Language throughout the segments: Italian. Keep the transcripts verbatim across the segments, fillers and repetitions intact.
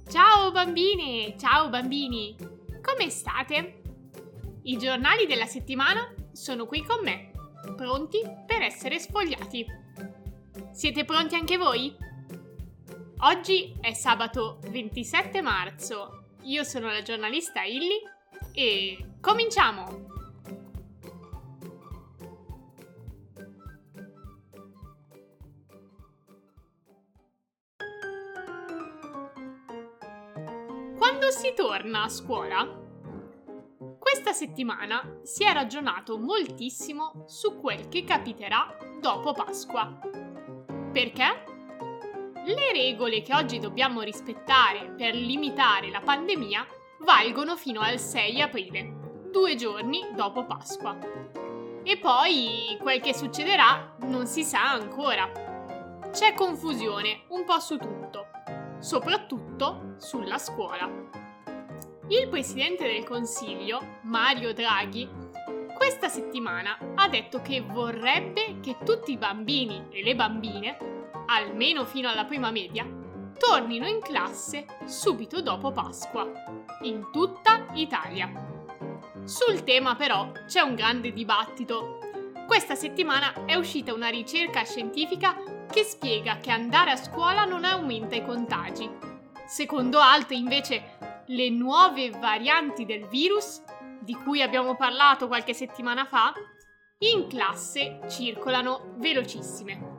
Ciao bambine, ciao bambini, come state? I giornali della settimana sono qui con me, pronti per essere sfogliati. Siete pronti anche voi? Oggi è sabato ventisette marzo, io sono la giornalista Illy e cominciamo! Quando si torna a scuola? Questa settimana si è ragionato moltissimo su quel che capiterà dopo Pasqua. Perché? Le regole che oggi dobbiamo rispettare per limitare la pandemia valgono fino al sei aprile, due giorni dopo Pasqua. E poi quel che succederà non si sa ancora. C'è confusione un po' su tutto. Soprattutto sulla scuola. Il presidente del Consiglio, Mario Draghi, questa settimana ha detto che vorrebbe che tutti i bambini e le bambine, almeno fino alla prima media, tornino in classe subito dopo Pasqua, in tutta Italia. Sul tema però c'è un grande dibattito. Questa settimana è uscita una ricerca scientifica che spiega che andare a scuola non aumenta i contagi. Secondo altri, invece, le nuove varianti del virus, di cui abbiamo parlato qualche settimana fa, in classe circolano velocissime.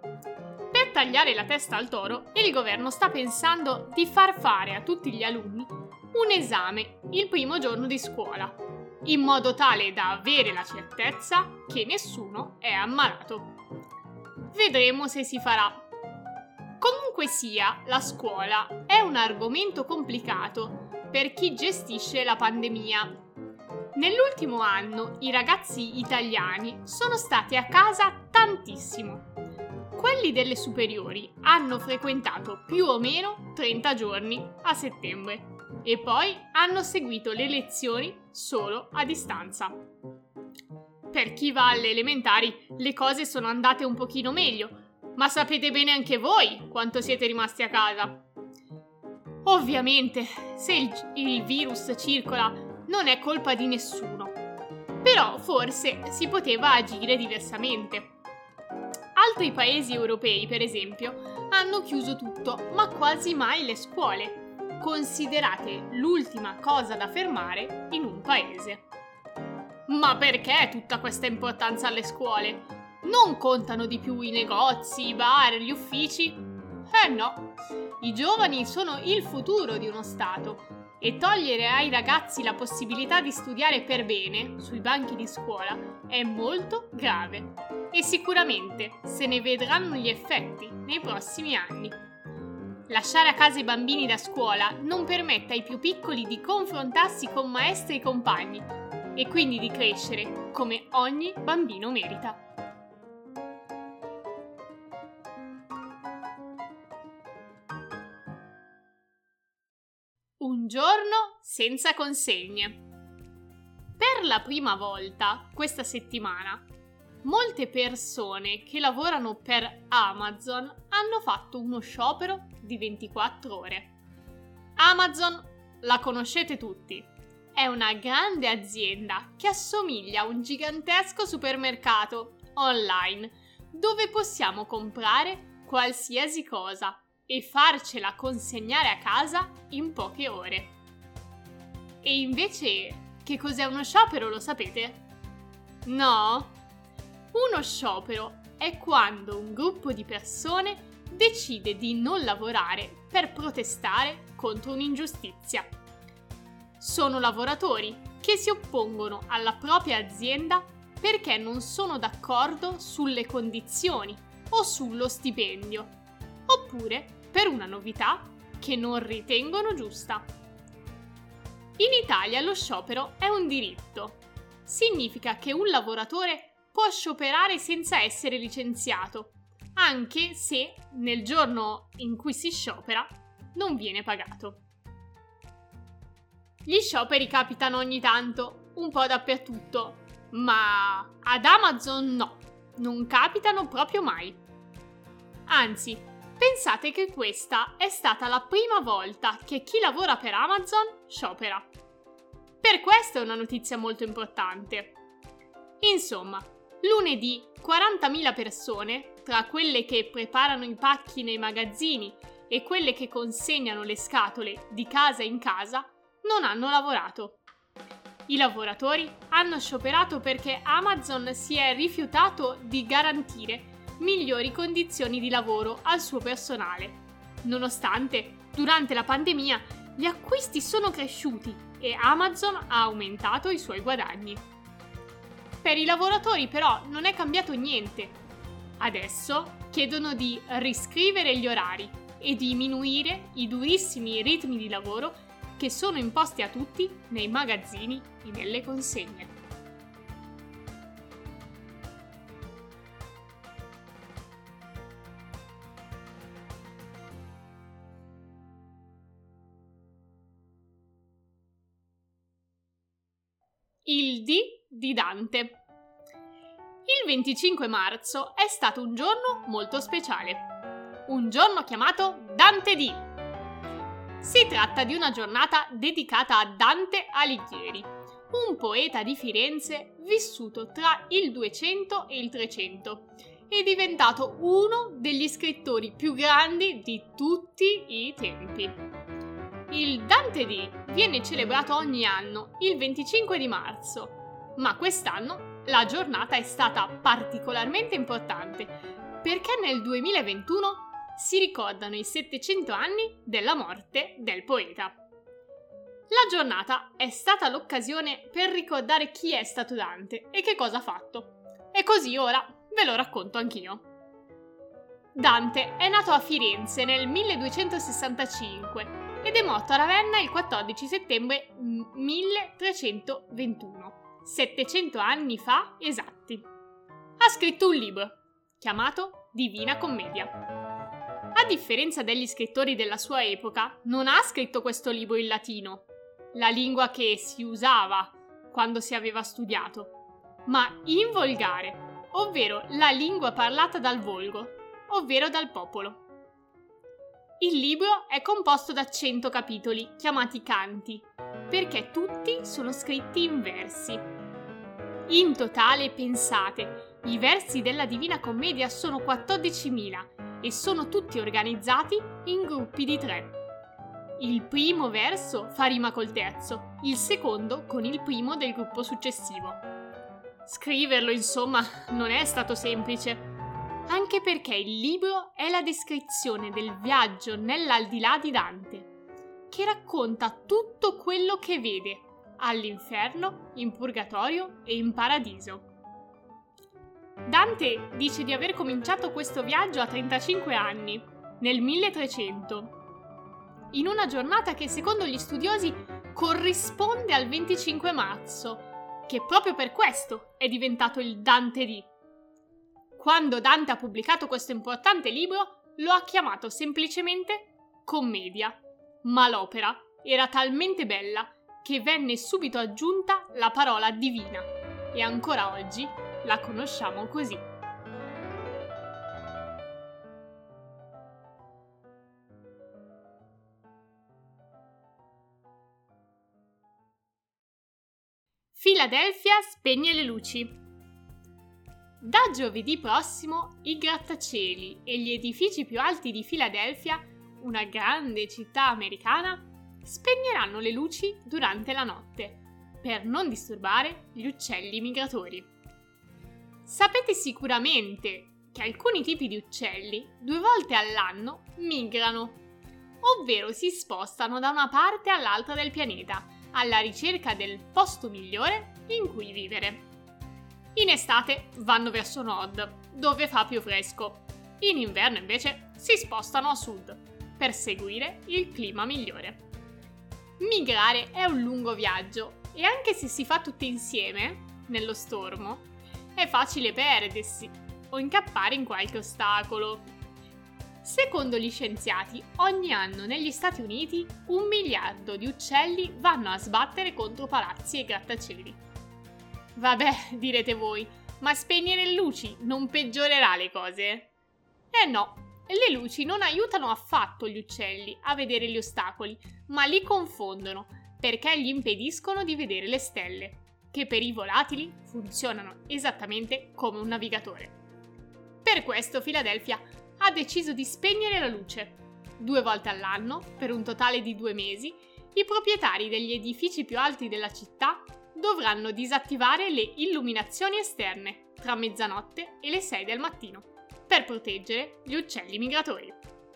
Per tagliare la testa al toro, il governo sta pensando di far fare a tutti gli alunni un esame il primo giorno di scuola, in modo tale da avere la certezza che nessuno è ammalato. Vedremo se si farà. Comunque sia, la scuola è un argomento complicato per chi gestisce la pandemia. Nell'ultimo anno i ragazzi italiani sono stati a casa tantissimo. Quelli delle superiori hanno frequentato più o meno trenta giorni a settembre e poi hanno seguito le lezioni solo a distanza. Per chi va alle elementari le cose sono andate un pochino meglio, ma sapete bene anche voi quanto siete rimasti a casa. Ovviamente, se il, il virus circola non è colpa di nessuno, però forse si poteva agire diversamente. Altri paesi europei, per esempio, hanno chiuso tutto, ma quasi mai le scuole, considerate l'ultima cosa da fermare in un paese. Ma perché tutta questa importanza alle scuole? Non contano di più i negozi, i bar, gli uffici? Eh no, i giovani sono il futuro di uno Stato e togliere ai ragazzi la possibilità di studiare per bene sui banchi di scuola è molto grave e sicuramente se ne vedranno gli effetti nei prossimi anni. Lasciare a casa i bambini da scuola non permette ai più piccoli di confrontarsi con maestri e compagni e quindi di crescere come ogni bambino merita. Un giorno senza consegne. Per la prima volta questa settimana, molte persone che lavorano per Amazon hanno fatto uno sciopero di ventiquattro ore. Amazon la conoscete tutti. È una grande azienda che assomiglia a un gigantesco supermercato online dove possiamo comprare qualsiasi cosa e farcela consegnare a casa in poche ore. E invece, che cos'è uno sciopero, lo sapete? No? Uno sciopero è quando un gruppo di persone decide di non lavorare per protestare contro un'ingiustizia. Sono lavoratori che si oppongono alla propria azienda perché non sono d'accordo sulle condizioni o sullo stipendio, oppure per una novità che non ritengono giusta. In Italia lo sciopero è un diritto. Significa che un lavoratore può scioperare senza essere licenziato, anche se nel giorno in cui si sciopera non viene pagato. Gli scioperi capitano ogni tanto, un po' dappertutto, ma ad Amazon no, non capitano proprio mai. Anzi, Pensate che questa è stata la prima volta che chi lavora per Amazon sciopera. Per questo è una notizia molto importante. Insomma, lunedì quarantamila persone, tra quelle che preparano i pacchi nei magazzini e quelle che consegnano le scatole di casa in casa, non hanno lavorato. I lavoratori hanno scioperato perché Amazon si è rifiutato di garantire migliori condizioni di lavoro al suo personale, nonostante durante la pandemia gli acquisti sono cresciuti e Amazon ha aumentato i suoi guadagni. Per i lavoratori però non è cambiato niente. Adesso chiedono di riscrivere gli orari e diminuire i durissimi ritmi di lavoro che sono imposti a tutti nei magazzini e nelle consegne. Il D di Dante. Il venticinque marzo è stato un giorno molto speciale, un giorno chiamato Dante D. Si tratta di una giornata dedicata a Dante Alighieri, un poeta di Firenze vissuto tra il duecento e il trecento e diventato uno degli scrittori più grandi di tutti i tempi. Il Dante D viene celebrato ogni anno il venticinque di marzo, ma quest'anno la giornata è stata particolarmente importante perché nel duemilaventuno si ricordano i settecento anni della morte del poeta. La giornata è stata l'occasione per ricordare chi è stato Dante e che cosa ha fatto. E così ora ve lo racconto anch'io. Dante è nato a Firenze nel milleduecentosessantacinque ed è morto a Ravenna il quattordici settembre milletrecentoventuno, settecento anni fa esatti. Ha scritto un libro, chiamato Divina Commedia. A differenza degli scrittori della sua epoca, non ha scritto questo libro in latino, la lingua che si usava quando si aveva studiato, ma in volgare, ovvero la lingua parlata dal volgo, ovvero dal popolo. Il libro è composto da cento capitoli, chiamati canti, perché tutti sono scritti in versi. In totale, pensate, i versi della Divina Commedia sono quattordicimila e sono tutti organizzati in gruppi di tre. Il primo verso fa rima col terzo, il secondo con il primo del gruppo successivo. Scriverlo, insomma, non è stato semplice, anche perché il libro è la descrizione del viaggio nell'aldilà di Dante, che racconta tutto quello che vede all'inferno, in purgatorio e in paradiso. Dante dice di aver cominciato questo viaggio a trentacinque anni, nel milletrecento, in una giornata che secondo gli studiosi corrisponde al venticinque marzo, che proprio per questo è diventato il Dante D. Quando Dante ha pubblicato questo importante libro, lo ha chiamato semplicemente Commedia, ma l'opera era talmente bella che venne subito aggiunta la parola divina e ancora oggi la conosciamo così. Filadelfia spegne le luci. Da giovedì prossimo i grattacieli e gli edifici più alti di Filadelfia, una grande città americana, spegneranno le luci durante la notte per non disturbare gli uccelli migratori. Sapete sicuramente che alcuni tipi di uccelli due volte all'anno migrano, ovvero si spostano da una parte all'altra del pianeta alla ricerca del posto migliore in cui vivere. In estate vanno verso nord, dove fa più fresco. In inverno invece si spostano a sud per seguire il clima migliore. Migrare è un lungo viaggio e anche se si fa tutti insieme, nello stormo, è facile perdersi o incappare in qualche ostacolo. Secondo gli scienziati, ogni anno negli Stati Uniti un miliardo di uccelli vanno a sbattere contro palazzi e grattacieli. Vabbè, direte voi, ma spegnere le luci non peggiorerà le cose? Eh no, le luci non aiutano affatto gli uccelli a vedere gli ostacoli, ma li confondono perché gli impediscono di vedere le stelle, che per i volatili funzionano esattamente come un navigatore. Per questo Philadelphia ha deciso di spegnere la luce. Due volte all'anno, per un totale di due mesi, i proprietari degli edifici più alti della città dovranno disattivare le illuminazioni esterne tra mezzanotte e le sei del mattino per proteggere gli uccelli migratori.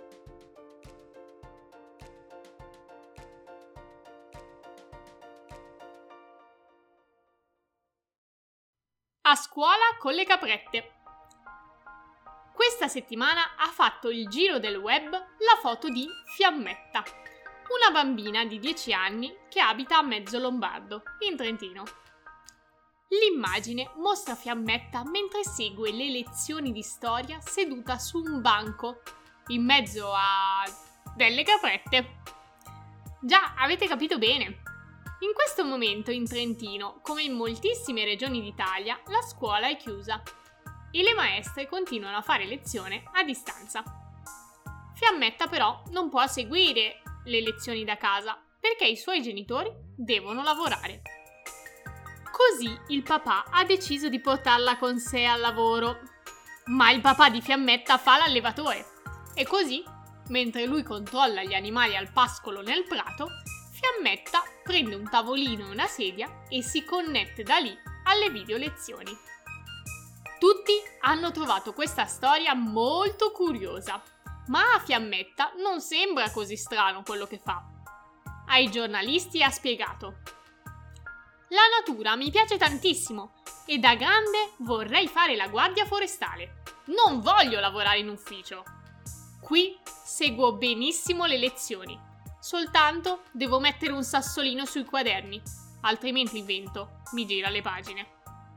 A scuola con le caprette. Questa settimana ha fatto il giro del web la foto di Fiammetta, una bambina di dieci anni che abita a Mezzo Lombardo, in Trentino. L'immagine mostra Fiammetta mentre segue le lezioni di storia seduta su un banco, in mezzo a delle caprette. Già, avete capito bene. In questo momento in Trentino, come in moltissime regioni d'Italia, la scuola è chiusa e le maestre continuano a fare lezione a distanza. Fiammetta però non può seguire le lezioni da casa perché i suoi genitori devono lavorare. Così il papà ha deciso di portarla con sé al lavoro. Ma il papà di Fiammetta fa l'allevatore e così, mentre lui controlla gli animali al pascolo nel prato, Fiammetta prende un tavolino e una sedia e si connette da lì alle video lezioni. Tutti hanno trovato questa storia molto curiosa, ma a Fiammetta non sembra così strano quello che fa. Ai giornalisti ha spiegato: la natura mi piace tantissimo e da grande vorrei fare la guardia forestale. Non voglio lavorare in ufficio. Qui seguo benissimo le lezioni, soltanto devo mettere un sassolino sui quaderni, altrimenti il vento mi gira le pagine.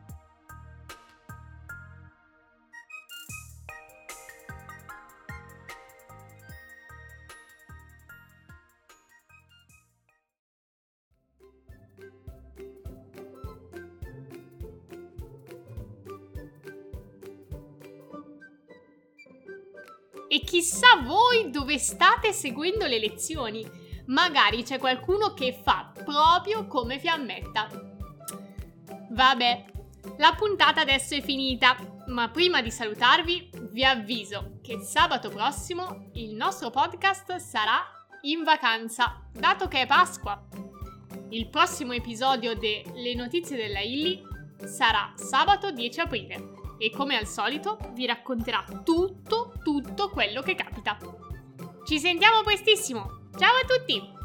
E chissà voi dove state seguendo le lezioni. Magari c'è qualcuno che fa proprio come Fiammetta. Vabbè, la puntata adesso è finita, ma prima di salutarvi vi avviso che sabato prossimo il nostro podcast sarà in vacanza, dato che è Pasqua. Il prossimo episodio de Le notizie della Illy sarà sabato dieci aprile. E come al solito vi racconterà tutto, tutto quello che capita. Ci sentiamo prestissimo! Ciao a tutti!